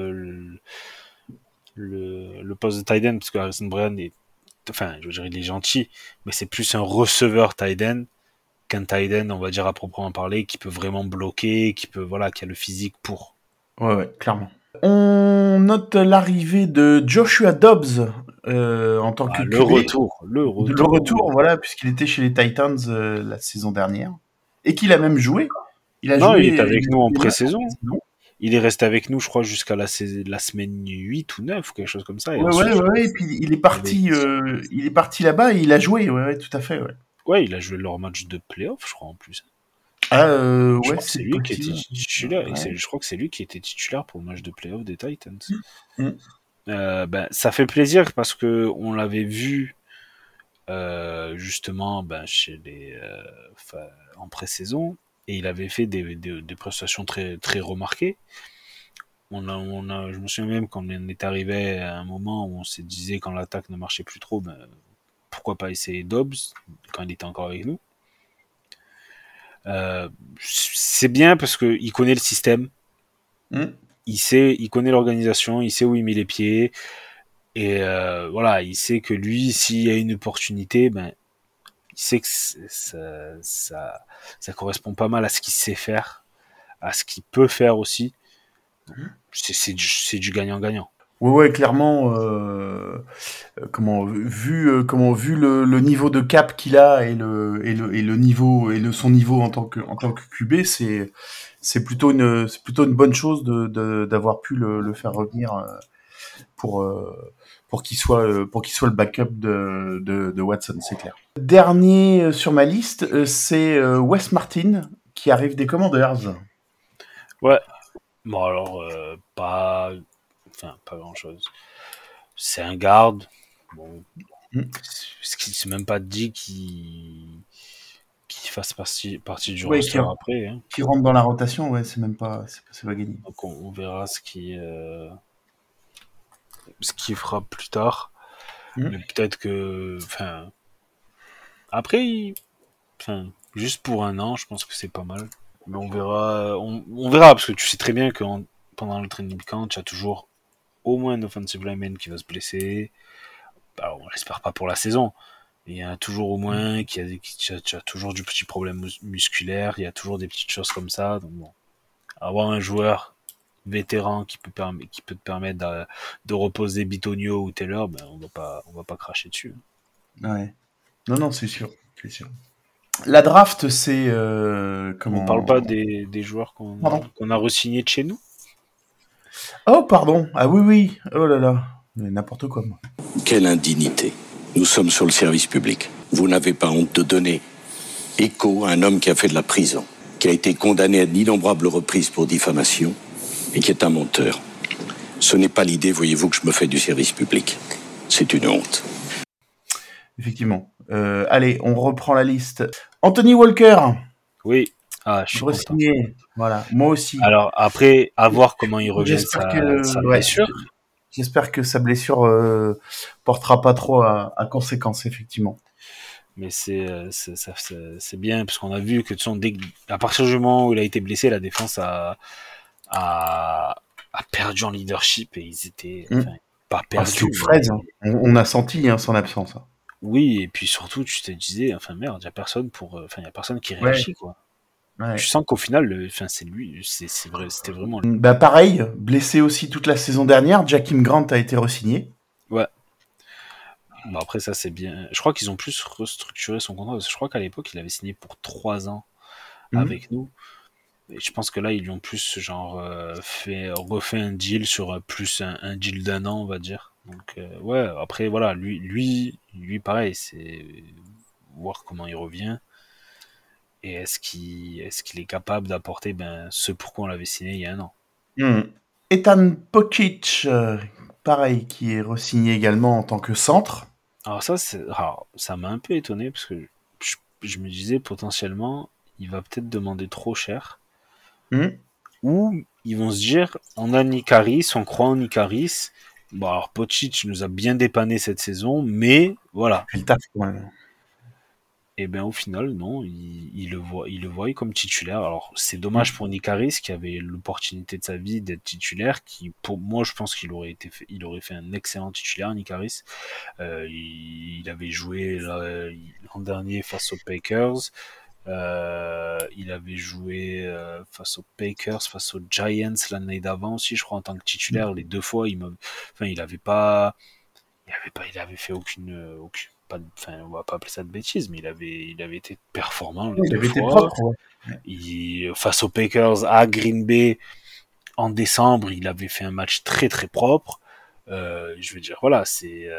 le poste de tight end, parce que Harrison Bryant enfin, je veux dire, il est gentil, mais c'est plus un receveur tight end qu'un tight end, on va dire, à proprement parler, qui peut vraiment bloquer, voilà, qui a le physique pour. Ouais, clairement. On note l'arrivée de Joshua Dobbs en tant que Le QB. retour. Le retour, voilà, puisqu'il était chez les Titans la saison dernière. Et qu'il a même joué. Il a Non, il joué est avec nous en des matchs pré-saison. pré-saison. Il est resté avec nous, je crois, jusqu'à la semaine 8 ou 9, quelque chose comme ça. Et ensuite, Ouais. Et puis il est parti là-bas et il a joué. Ouais, tout à fait. Ouais. ouais, il a joué leur match de playoff, je crois, en plus. Ah, Je ouais, crois que c'est c'est lui qui était possible. titulaire. Ouais. Je crois que c'est lui qui était titulaire pour le match de playoff des Titans. Mm. Ben, ça fait plaisir parce que on l'avait vu justement, ben, en pré-saison, et il avait fait des prestations très, très remarquées. Je me souviens même quand on est arrivé à un moment où on se disait, quand l'attaque ne marchait plus trop, ben, pourquoi pas essayer Dobbs quand il était encore avec nous. C'est bien parce que il connaît le système, Mm. il connaît l'organisation, il sait où il met les pieds, et voilà, il sait que lui, s'il y a une opportunité, ben, il sait que ça correspond pas mal à ce qu'il sait faire, à ce qu'il peut faire aussi. C'est du gagnant-gagnant. Ouais, clairement. Comment vu le niveau de cap qu'il a et le niveau et son niveau en tant que QB, c'est plutôt une bonne chose d'avoir pu le faire revenir pour euh, pour qu'il soit le backup de Watson, c'est clair. Dernier sur ma liste, c'est Wes Martin qui arrive des Commanders. Ouais. Bon, alors, pas grand-chose. C'est un garde. Bon, Mm. ce qui s'est même pas dit qu'il fasse partie du Ouais, roster après, hein. qui rentre dans la rotation, ouais, c'est pas gagné. Donc on verra ce qu'il fera plus tard. Mm. Mais peut-être que, enfin, après, enfin, juste pour un an, je pense que c'est pas mal. Mais on verra, parce que tu sais très bien que pendant le training camp, tu as toujours au moins un offensive lineman qui va se blesser. Alors, on l'espère pas pour la saison. Mais il y en a toujours au moins tu as toujours du petit problème musculaire, il y a toujours des petites choses comme ça. Donc bon, avoir un joueur vétéran qui peut te permettre de reposer Bitonio ou Taylor, ben on va pas cracher dessus. Ouais. Non, c'est sûr, c'est sûr. La draft, c'est On parle pas des joueurs Pardon. qu'on a re-signés de chez nous. Oh, pardon. Ah oui. Oh là là. Mais n'importe quoi, moi. Quelle indignité. Nous sommes sur le service public. Vous n'avez pas honte de donner écho à un homme qui a fait de la prison, qui a été condamné à d'innombrables reprises pour diffamation et qui est un menteur. Ce n'est pas l'idée, voyez-vous, que je me fais du service public. C'est une honte. Effectivement. Allez, on reprend la liste. Anthony Walker. Oui. Ah, je suis content. Re-signé. Voilà, moi aussi. Alors après, à voir comment il revient de sa blessure. J'espère que sa blessure portera pas trop à conséquence, effectivement. Mais c'est bien, parce qu'on a vu que à partir du moment où il a été blessé, la défense a perdu en leadership, et ils étaient pas perdus. C'est une fraise. Hein. On a senti son absence. Hein. Oui, et puis surtout, tu te disais, enfin merde, il y a personne qui réagit, quoi. Ouais. Je sens qu'au final, c'est lui, c'est vrai, c'était vraiment lui. Bah pareil, blessé aussi toute la saison dernière, Jakim Grant a été re-signé. Ouais. Bon, après, ça, c'est bien. Je crois qu'ils ont plus restructuré son contrat. Parce que je crois qu'à l'époque, il avait signé pour 3 ans avec nous. Et je pense que là, ils lui ont plus, genre, refait un deal sur plus un deal d'1 an, on va dire. Donc, ouais, après, voilà, lui, pareil, c'est voir comment il revient. Et est-ce qu'il est capable d'apporter ce pourquoi on l'avait signé il y a 1 an. Ethan Počić, pareil, qui est re-signé également en tant que centre. Alors ça m'a un peu étonné parce que je me disais potentiellement, il va peut-être demander trop cher. Ou ils vont se dire, on a Nikaris, on croit en Nikaris. Bon, alors Počić nous a bien dépanné cette saison, mais voilà. Puis le taf, quand même. Et bien au final, non, il le voit comme titulaire. Alors c'est dommage pour Nikaris qui avait l'opportunité de sa vie d'être titulaire, qui pour moi je pense qu'il aurait fait un excellent titulaire, Nikaris. Il avait joué l'an dernier face aux Packers. Il avait joué face aux Packers, face aux Giants l'année d'avant aussi, je crois, en tant que titulaire. Les 2 fois, il avait fait aucune on va pas appeler ça de bêtises, mais il avait été performant les Il 2 avait été fois. propre, ouais. Face aux Packers à Green Bay en décembre, il avait fait un match très très propre. Je veux dire, voilà,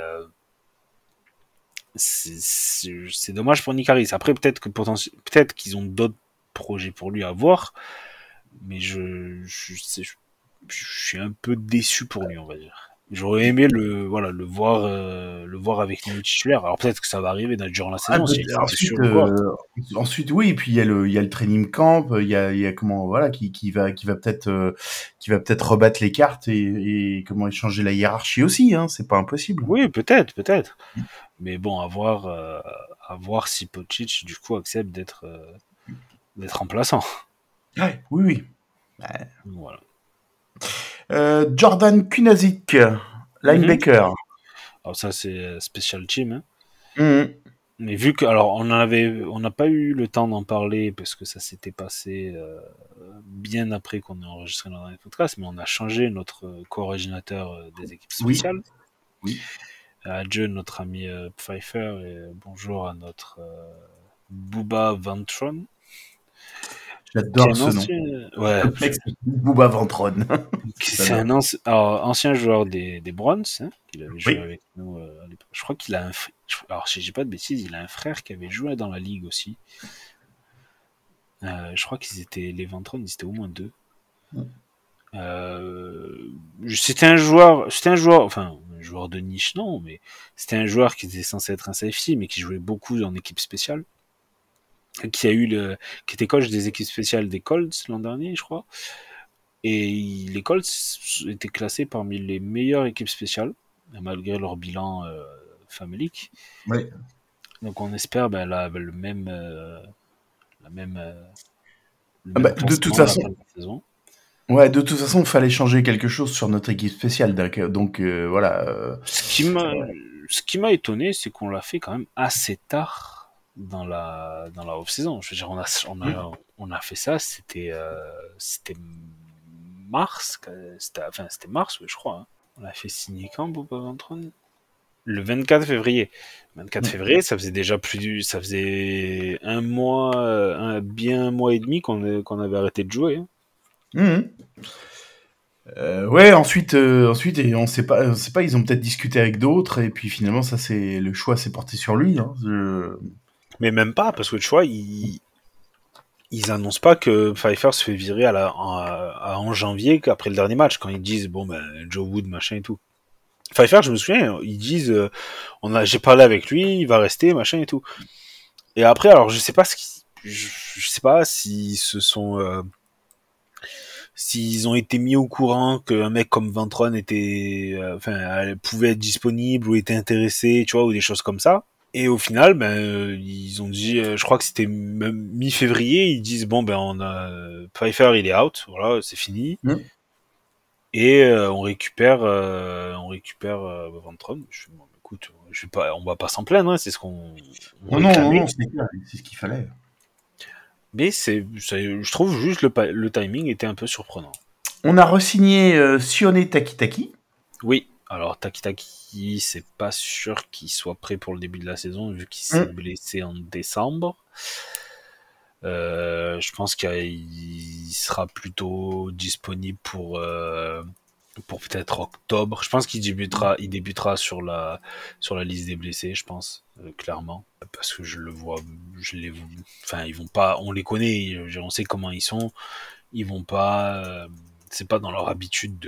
c'est dommage pour Nikaris. Après, peut-être qu'ils ont d'autres projets pour lui à voir, mais je suis un peu déçu pour lui, on va dire. J'aurais aimé le voir avec nous titulaire. Alors peut-être que ça va arriver durant la saison si c'est sûr ou quoi. Ensuite, oui, et puis il y a le training camp, il y a comment, voilà, qui va peut-être rebattre les cartes et comment échanger la hiérarchie aussi, hein, c'est pas impossible. Oui, peut-être. Mais bon, à voir si Počić du coup accepte d'être remplaçant. Ouais, oui. Voilà. Jordan Kunazic, linebacker. Alors ça c'est special team. Hein. Mhm. Mais vu que, alors on n'a pas eu le temps d'en parler parce que ça s'était passé bien après qu'on ait enregistré notre dernier podcast, mais on a changé notre co-originateur des équipes spéciales. Oui. Adieu notre ami Pfeiffer et bonjour à notre Booba Vantron. J'adore ce nom. Ouais. Booba Vantron. C'est un ancien joueur des Browns, hein, il avait joué avec nous à l'époque. Je crois qu'il a alors si j'ai pas de bêtises, il a un frère qui avait joué dans la ligue aussi. Je crois les Ventrons, ils étaient au moins 2. C'était un joueur, enfin un joueur de niche non, mais c'était un joueur qui était censé être un safety, mais qui jouait beaucoup en équipe spéciale, qui était coach des équipes spéciales des Colts l'an dernier, je crois. Et les Colts étaient classés parmi les meilleures équipes spéciales, malgré leur bilan famélique. Oui. Donc on espère le même de toute façon, la saison. Ouais, de toute façon, il fallait changer quelque chose sur notre équipe spéciale. Donc voilà. Ce qui m'a étonné, c'est qu'on l'a fait quand même assez tard dans la off-saison. Je veux dire, on a fait ça, c'était mars, c'était mars, oui, je crois. Hein. On l'a fait signer quand, Boba Vantron? Le 24 février. 24 février, ça faisait un mois, bien un mois et demi qu'on avait arrêté de jouer. Hein. Ouais, ensuite, et on sait pas, ils ont peut-être discuté avec d'autres, et puis finalement, le choix s'est porté sur lui. Hein. Mais même pas, parce que tu vois, ils annoncent pas que Pfeiffer se fait virer en janvier après le dernier match, quand ils disent bon Joe Wood machin et tout. Pfeiffer, je me souviens, ils disent j'ai parlé avec lui, il va rester machin et tout. Et après, alors je sais pas s'ils se s'ils ont été mis au courant qu'un mec comme Vantron pouvait être disponible ou était intéressé, tu vois, ou des choses comme ça. Et au final, ils ont dit, je crois que c'était même mi-février, ils disent bon on a Pfeiffer, il est out, voilà, c'est fini. Et on récupère Vantron. Bon, écoute, on va pas s'en plaindre, hein, c'est ce qu'on. Non, c'est ce qu'il fallait. Mais je trouve juste le timing était un peu surprenant. On a re-signé Sione Takitaki. Oui, alors Taki, c'est pas sûr qu'il soit prêt pour le début de la saison, vu qu'il s'est blessé en décembre. Je pense qu'il sera plutôt disponible pour peut-être octobre. Je pense qu'il débutera sur la liste des blessés, je pense, clairement, parce que enfin ils vont pas, on les connaît, on sait comment ils sont, ils vont pas, c'est pas dans leur habitude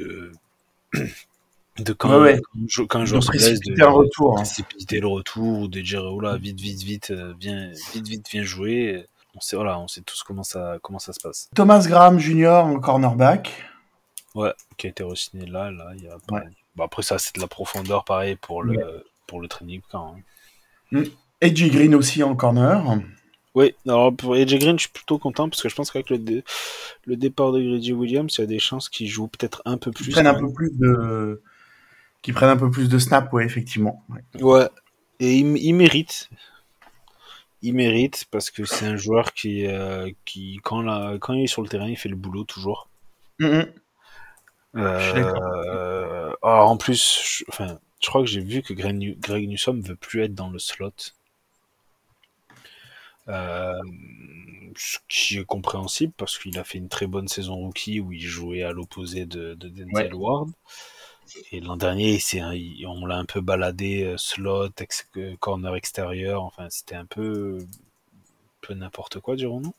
de quand un joueur se blesse précipiter un retour. précipiter le retour ou de dire oh là vite viens jouer. On sait tous comment ça se passe. Thomas Graham Jr. en cornerback. Ouais, qui a été re-signé là, il y a pareil. Ouais. Bon, après ça c'est de la profondeur pareil pour le training camp. AJ Green aussi en corner. Oui, alors pour AJ Green, je suis plutôt content parce que je pense qu'avec le départ de Grady Williams, il y a des chances qu'il joue peut-être un peu plus. Qui prennent un peu plus de snaps, ouais, effectivement. Ouais, et il mérite. Il mérite parce que c'est un joueur qui quand il est sur le terrain, il fait le boulot toujours. Je suis d'accord. En plus, je crois que j'ai vu que Greg Newsome veut plus être dans le slot. Ce qui est compréhensible parce qu'il a fait une très bonne saison rookie où il jouait à l'opposé de Denzel Ward. Et l'an dernier, on l'a un peu baladé slot, corner extérieur. Enfin, c'était un peu n'importe quoi, dirons-nous.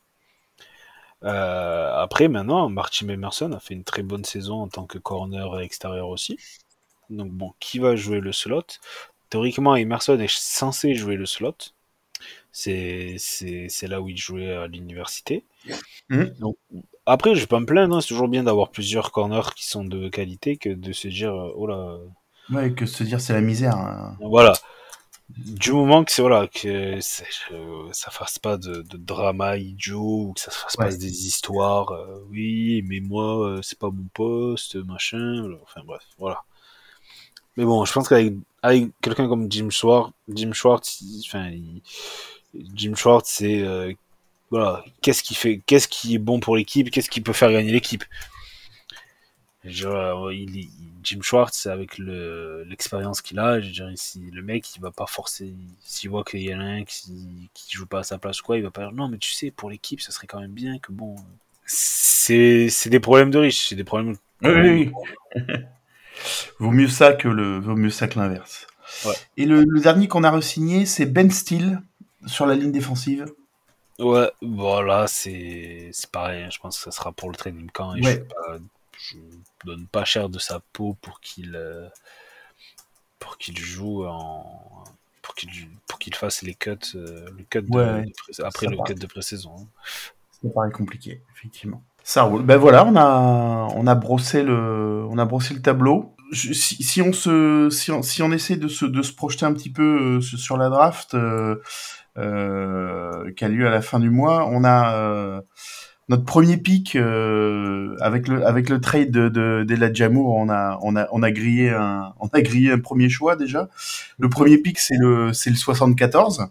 Après, maintenant, Martin Emerson a fait une très bonne saison en tant que corner extérieur aussi. Donc bon, qui va jouer le slot? Théoriquement, Emerson est censé jouer le slot. C'est là où il jouait à l'université. Donc, après, je vais pas me plaindre, hein, c'est toujours bien d'avoir plusieurs corners qui sont de qualité que de se dire, oh là. Ouais, que se dire c'est la misère. Hein. Voilà. Du moment que ça fasse pas de drama idiot ou que ça se fasse pas des histoires, oui, mais moi, c'est pas mon poste, machin. Enfin bref, voilà. Mais bon, je pense qu'avec quelqu'un comme Jim Schwartz, c'est voilà, qu'est-ce qui est bon pour l'équipe, qu'est-ce qui peut faire gagner l'équipe. Jim Schwartz, avec l'expérience qu'il a, je dirais, si le mec il va pas forcer, s'il voit qu'il y en a un qui joue pas à sa place ou quoi, il va pas dire non mais tu sais pour l'équipe ça serait quand même bien que bon, c'est des problèmes de riches, c'est des problèmes. Oui. Vaut mieux ça que l'inverse. Ouais. Et le dernier qu'on a re-signé, c'est Ben Steele sur la ligne défensive. Ouais, voilà, c'est pareil, hein, je pense que ça sera pour le training camp et je donne pas cher de sa peau pour qu'il joue pour qu'il fasse les cuts après le cut de pré-saison. Ça paraît compliqué, effectivement. Ça roule. Ben voilà, on a brossé le tableau. Si on essaie de se projeter un petit peu sur la draft qui a lieu à la fin du mois, on a notre premier pick avec le trade d'Ela Jamour, on a grillé un premier choix déjà. Le premier pick c'est le 74.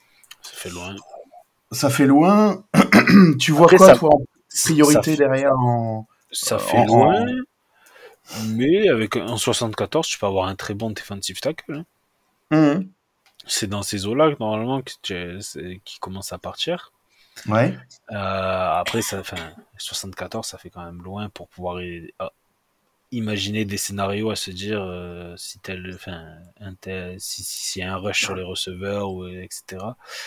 Ça fait loin. Tu vois après, quoi toi en priorité derrière ça fait loin. Mais avec un 74, tu peux avoir un très bon defensive tackle. Hein. C'est dans ces eaux-là normalement qui commence à partir. Ouais. Après, 74, ça fait quand même loin pour pouvoir imaginer des scénarios à se dire si y a un rush sur les receveurs ou etc.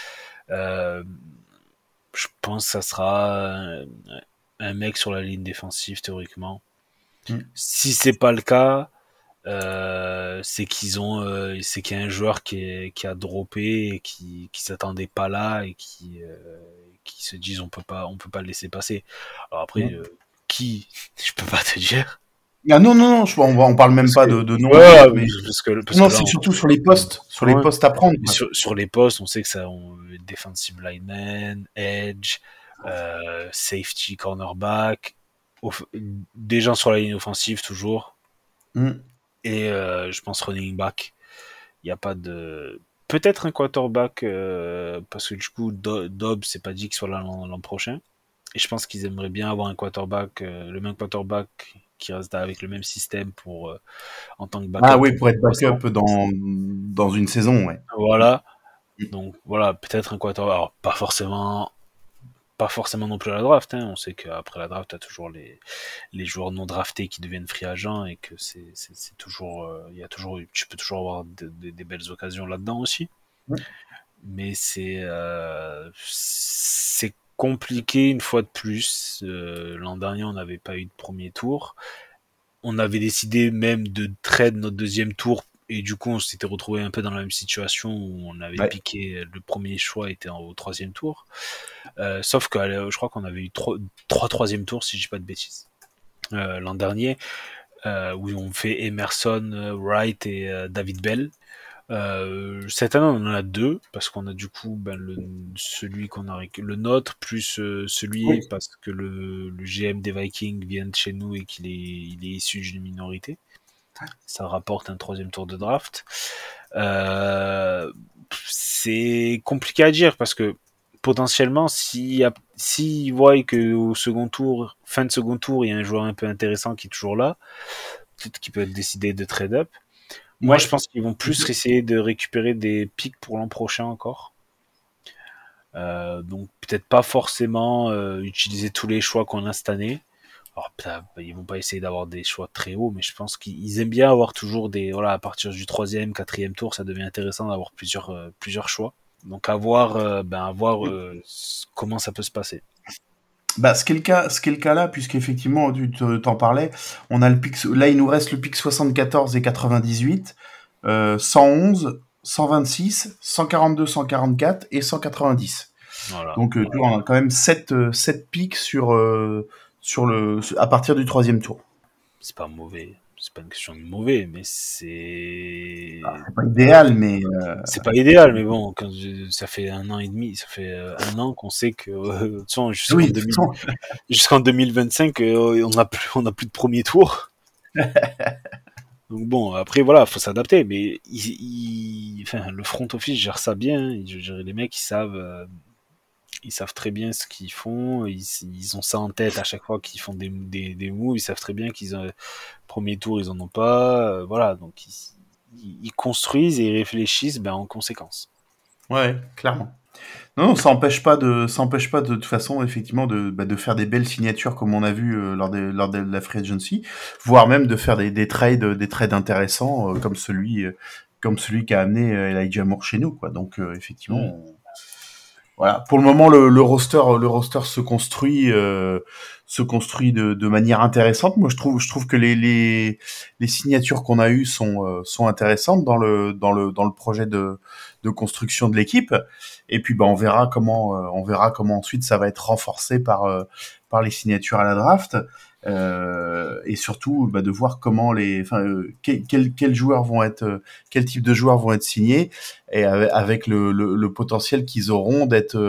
Je pense que ça sera un mec sur la ligne défensive théoriquement. Si c'est pas le cas, c'est qu'il y a un joueur qui a droppé et qui s'attendait pas là et qui se disent on peut pas le laisser passer. Alors après qui, je peux pas te dire. Ah non, on parle même pas de nom. Ouais, mais non, c'est surtout sur les postes, les postes à prendre. Sur les postes, on sait que ça, defensive lineman, edge, safety, cornerback, des gens sur la ligne offensive toujours. Et je pense running back. Il n'y a pas de. Peut-être un quarterback, parce que du coup, Dobbs, c'est pas dit qu'il soit là l'an prochain. Et je pense qu'ils aimeraient bien avoir un quarterback, le même quarterback qui reste avec le même système pour en tant que Ah backup oui, pour pour être 3 ans. backup dans une saison, ouais. Voilà. Donc voilà, peut-être un quarterback. Alors pas forcément non plus à la draft. Hein. On sait qu'après la draft, t'as toujours les joueurs non draftés qui deviennent free agents et que c'est toujours, tu peux toujours avoir des belles occasions là-dedans aussi. Ouais. Mais c'est compliqué une fois de plus. L'an dernier, on n'avait pas eu de premier tour. On avait décidé même de trade notre deuxième tour et du coup on s'était retrouvé un peu dans la même situation où on avait Ouais. piqué le premier choix était au troisième tour. Sauf que je crois qu'on avait eu trois troisième tours si je dis pas de bêtises. L'an dernier, où on fait Emerson, Wright et David Bell. Cette année, on en a deux parce qu'on a du coup celui qu'on a le nôtre plus celui Oui. parce que le GM des Vikings vient de chez nous et il est issu d'une minorité. Ça rapporte un troisième tour de draft. C'est compliqué à dire parce que potentiellement, s'ils voient que au second tour, fin de second tour, il y a un joueur un peu intéressant qui est toujours là, peut-être qu'il peut être décidé de trade up. Moi, je Ouais. pense qu'ils vont plus essayer de récupérer des pics pour l'an prochain encore. Donc peut-être pas forcément utiliser tous les choix qu'on a cette année. Alors ils vont pas essayer d'avoir des choix très hauts, mais je pense qu'ils aiment bien avoir toujours voilà, à partir du troisième, quatrième tour, ça devient intéressant d'avoir plusieurs choix. Donc à voir comment ça peut se passer. Bah, ce qui est le cas là, puisqu'effectivement, t'en parlais, on a le pic, là, il nous reste le pic 74 et 98, 111, 126, 142, 144 et 190. Voilà. Donc, tu vois, on a quand même 7 pics à partir du troisième tour. C'est pas mauvais. C'est pas une question de mauvais, mais c'est. C'est pas idéal, mais C'est pas idéal, mais bon, ça fait un an et demi, ça fait un an qu'on sait que oui, de toute façon. jusqu'en 2025, on a plus de premier tour. Donc bon, après voilà, faut s'adapter, mais enfin, le front office gère ça bien. Les mecs, ils savent très bien ce qu'ils font. Ils ont ça en tête à chaque fois qu'ils font des moves. Ils savent très bien qu'ils ont premier tour, ils en ont pas. Voilà, donc ils construisent et ils réfléchissent en conséquence. Ouais, clairement. Non, ça empêche pas de toute façon, effectivement, de faire des belles signatures comme on a vu lors de la free agency, voire même de faire des trades intéressants comme celui qu'a amené Elijah Moore chez nous, quoi. Donc, effectivement, Mm. voilà. Pour le moment, le roster se construit de manière intéressante. Moi, je trouve que les signatures qu'on a eues sont intéressantes dans le projet de construction de l'équipe. Et puis, bah, on verra comment ensuite ça va être renforcé par les signatures à la draft. Et surtout, bah, de voir quels joueurs quel type de joueurs vont être signés et avec le potentiel qu'ils auront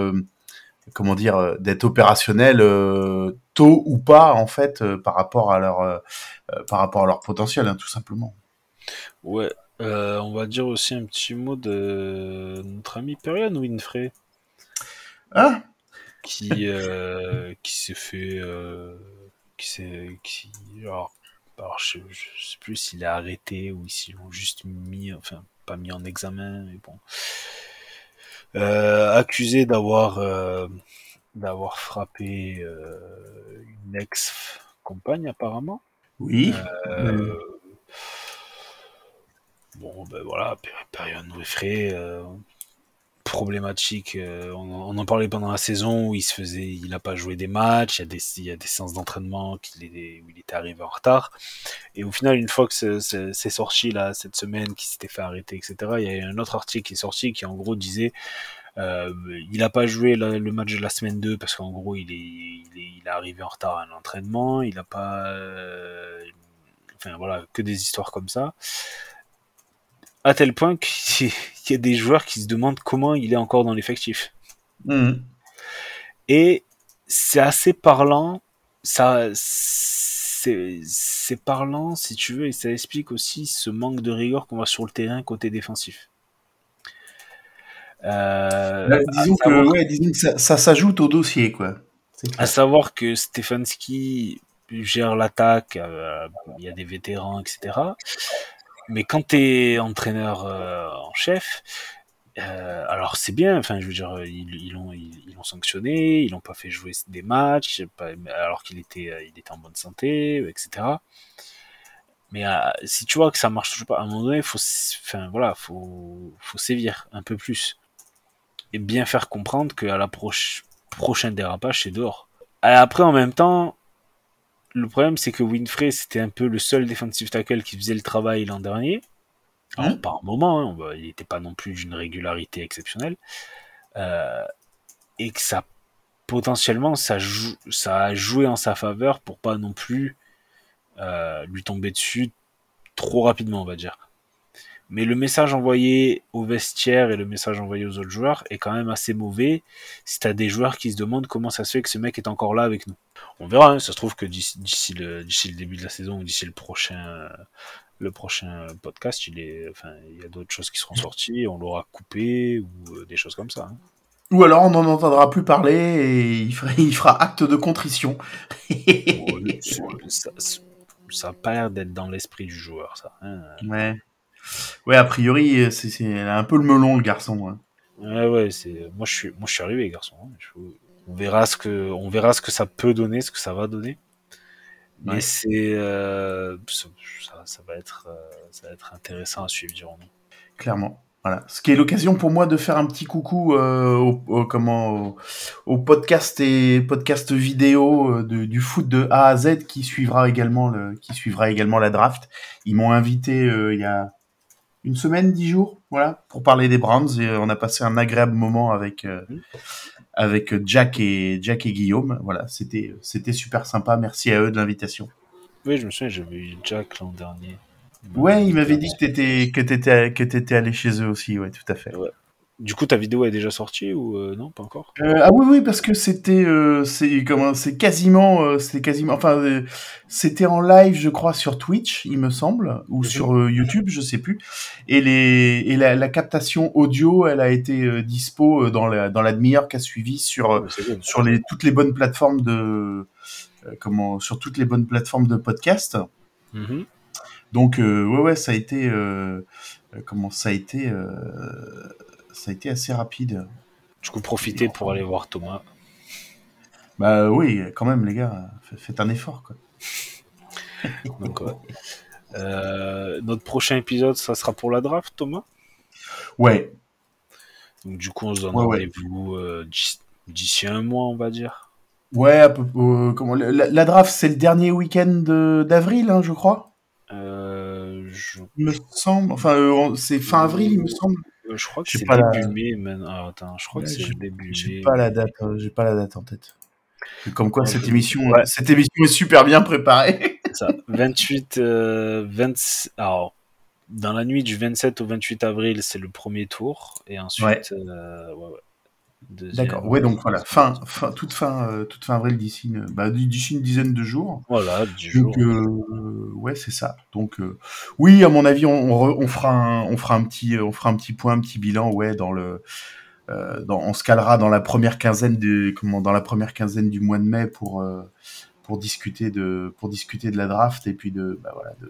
d'être opérationnels tôt ou pas en fait par rapport à leur potentiel, hein, tout simplement. Ouais. On va dire aussi un petit mot de notre ami Perion Winfrey Ah, qui s'est fait alors je sais plus s'il est arrêté ou s'ils l'ont juste enfin pas mis en examen, mais bon, accusé d'avoir frappé une ex-compagne apparemment. oui. Euh, bon, ben voilà, période Winfrey, problématique. On en parlait pendant la saison où il n'a pas joué des matchs, il y a des séances d'entraînement où il était arrivé en retard. Et au final, une fois que c'est sorti là cette semaine, qu'il s'était fait arrêter, etc. Il y a un autre article qui est sorti qui en gros disait il n'a pas joué le match de la semaine 2 parce qu'en gros il est arrivé en retard à l'entraînement, il n'a pas enfin voilà, que des histoires comme ça. À tel point qu'il y a des joueurs qui se demandent comment il est encore dans l'effectif. Mmh. Et c'est assez parlant, c'est parlant si tu veux, et ça explique aussi ce manque de rigueur qu'on voit sur le terrain côté défensif. À Disons savoir que ça s'ajoute au dossier, quoi. À savoir que Stefanski gère l'attaque, il y a des vétérans, etc. Mais quand t'es entraîneur en chef, alors c'est bien, enfin je veux dire, ils l'ont sanctionné, ils l'ont pas fait jouer des matchs, alors qu'il était en bonne santé, etc. Mais si tu vois que ça marche toujours pas, à un moment donné, faut sévir un peu plus et bien faire comprendre qu'à la prochain dérapage, c'est dehors. Et après, en même temps, le problème, c'est que Winfrey, c'était un peu le seul defensive tackle qui faisait le travail l'an dernier. Alors, par moment, hein, il n'était pas non plus d'une régularité exceptionnelle. Et que ça, potentiellement, ça a joué en sa faveur pour pas non plus lui tomber dessus trop rapidement, on va dire. Mais le message envoyé au vestiaire et le message envoyé aux autres joueurs est quand même assez mauvais si t'as des joueurs qui se demandent comment ça se fait que ce mec est encore là avec nous. On verra, hein, ça se trouve que d'ici le début de la saison ou d'ici le prochain podcast, il y a d'autres choses qui seront sorties, on l'aura coupé ou des choses comme ça. Hein. Ou alors on n'en entendra plus parler et il fera acte de contrition. Ça a pas l'air d'être dans l'esprit du joueur, ça. Hein. Ouais, a priori, c'est un peu le melon, le garçon. Hein. Ouais, moi je suis arrivé, garçon. Hein. On verra ce que ça peut donner, ce que ça va donner. Mais ça va être intéressant à suivre, dirons-nous. Clairement. Voilà. Ce qui est l'occasion pour moi de faire un petit coucou au podcast et podcast vidéo du foot de A à Z qui suivra également la draft. Ils m'ont invité il y a une semaine, 10 jours, voilà, pour parler des Browns et on a passé un agréable moment avec Jack et Guillaume. Voilà, c'était super sympa. Merci à eux de l'invitation. Oui, je me souviens, j'avais eu Jack l'an dernier. Ouais, il m'avait dit que t'étais allé chez eux aussi, ouais, tout à fait. Ouais. Du coup, ta vidéo est déjà sortie ou non, pas encore? Ah oui, parce que c'était quasiment, c'était en live, je crois, sur Twitch, il me semble, ou sur YouTube, je sais plus. Et la captation audio, elle a été dispo dans la demi-heure qui a suivi sur toutes les bonnes plateformes sur toutes les bonnes plateformes de podcast. Mm-hmm. Donc ouais, ça a été ça a été assez rapide. Du coup, profitez pour aller voir Thomas. Bah oui, quand même, les gars, faites un effort, quoi. Donc, ouais. Notre prochain épisode, ça sera pour la draft, Thomas? Ouais. Donc, du coup, on se donne rendez-vous d'ici un mois, on va dire. Ouais, la draft, c'est le dernier week-end d'avril, hein, je crois. Il me semble. Enfin, c'est fin avril, il me semble. Je crois que c'est début mai maintenant. Alors, attends, je crois que c'est début mai. J'ai pas la date en tête. Comme quoi, cette émission est super bien préparée. Ça, 28, alors, dans la nuit du 27 au 28 avril, c'est le premier tour. Et ensuite, deuxième. D'accord. Ouais, donc voilà, toute fin avril d'ici une dizaine de jours. Voilà, 10 jours. Ouais, c'est ça. Donc, oui, à mon avis, on fera un petit point, un petit bilan, ouais, on se calera dans la première quinzaine du mois de mai pour discuter de la draft et puis de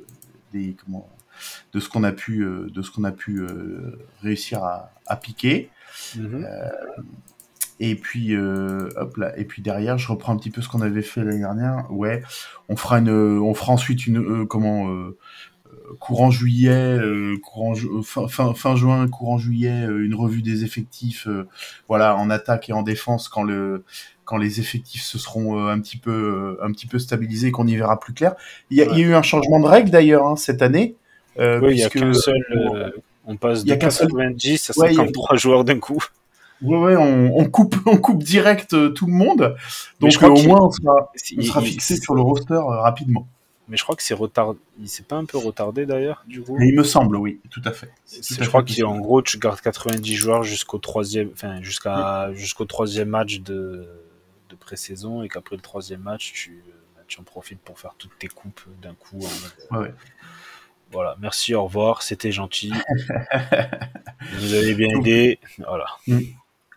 ce qu'on a pu réussir à piquer. Mm-hmm. Et puis hop là, et puis derrière je reprends un petit peu ce qu'on avait fait l'année dernière. Ouais, on fera ensuite courant juillet, fin juin, courant juillet, une revue des effectifs, voilà, en attaque et en défense quand les effectifs se seront un petit peu stabilisés, qu'on y verra plus clair. Il y a eu un changement de règle d'ailleurs hein, cette année. Oui, il y a qu'un seul. On passe de 90 à 53 joueurs d'un coup. Ouais, on coupe direct tout le monde. Donc au moins on sera fixé sur le roster rapidement. Mais je crois que c'est retardé. Il s'est pas un peu retardé d'ailleurs, du coup. Mais il me semble, oui, tout à fait. Je crois qu'en gros, tu gardes 90 joueurs jusqu'au troisième match de pré-saison et qu'après le troisième match, tu en profites pour faire toutes tes coupes d'un coup. Ouais. Voilà, merci, au revoir, c'était gentil. Vous avez bien aidé. Voilà.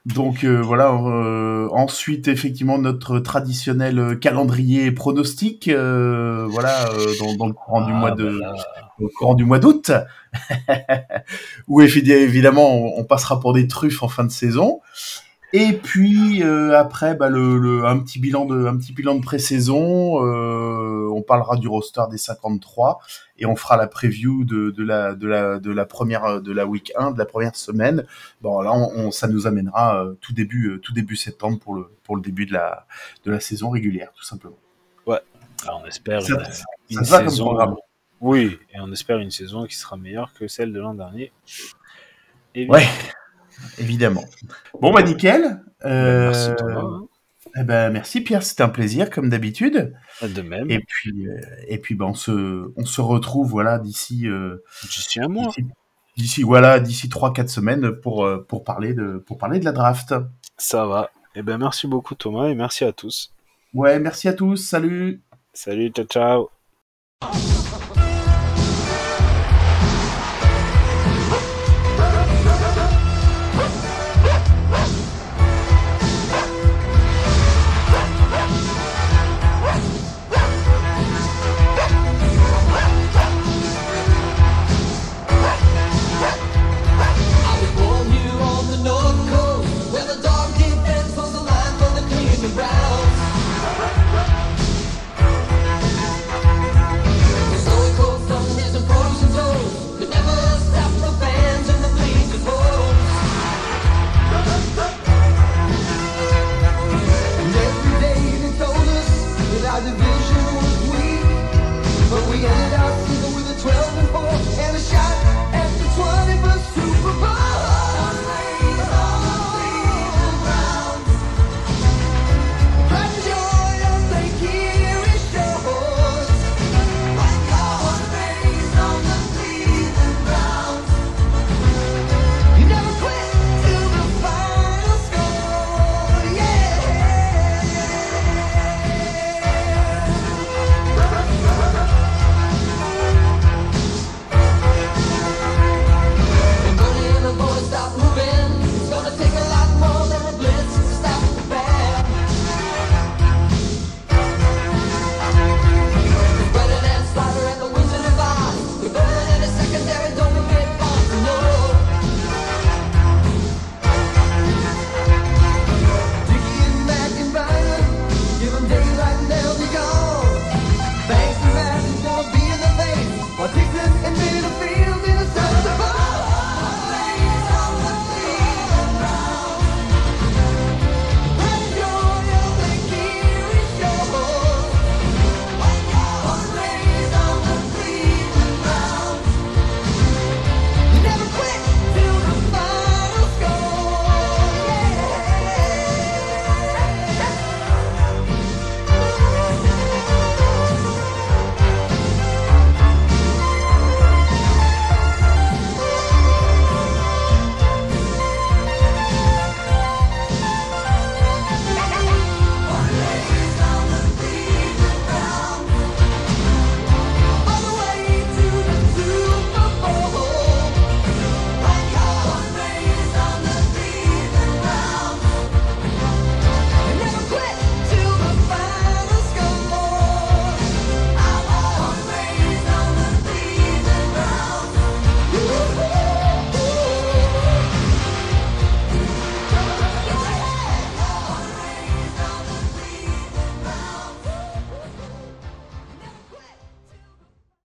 Donc voilà. Ensuite, effectivement, notre traditionnel calendrier pronostic. Voilà, dans le courant du mois au courant du mois d'août, où évidemment on passera pour des truffes en fin de saison. Et puis après, un petit bilan de pré-saison. On parlera du roster des 53 et on fera la preview de la première de la week 1 de la première semaine. Bon là, ça nous amènera tout début septembre pour le début de la saison régulière, tout simplement. Ouais. Alors, on espère une saison. Oui, et on espère une saison qui sera meilleure que celle de l'an dernier. Évidemment. Ouais. Évidemment. Bon, nickel. Merci Thomas. Merci Pierre, c'était un plaisir comme d'habitude. De même. Et puis on se retrouve voilà d'ici un mois. D'ici 3-4 semaines pour parler de la draft. Ça va. Merci beaucoup Thomas et merci à tous. Ouais, merci à tous. Salut. Salut, ciao. Without the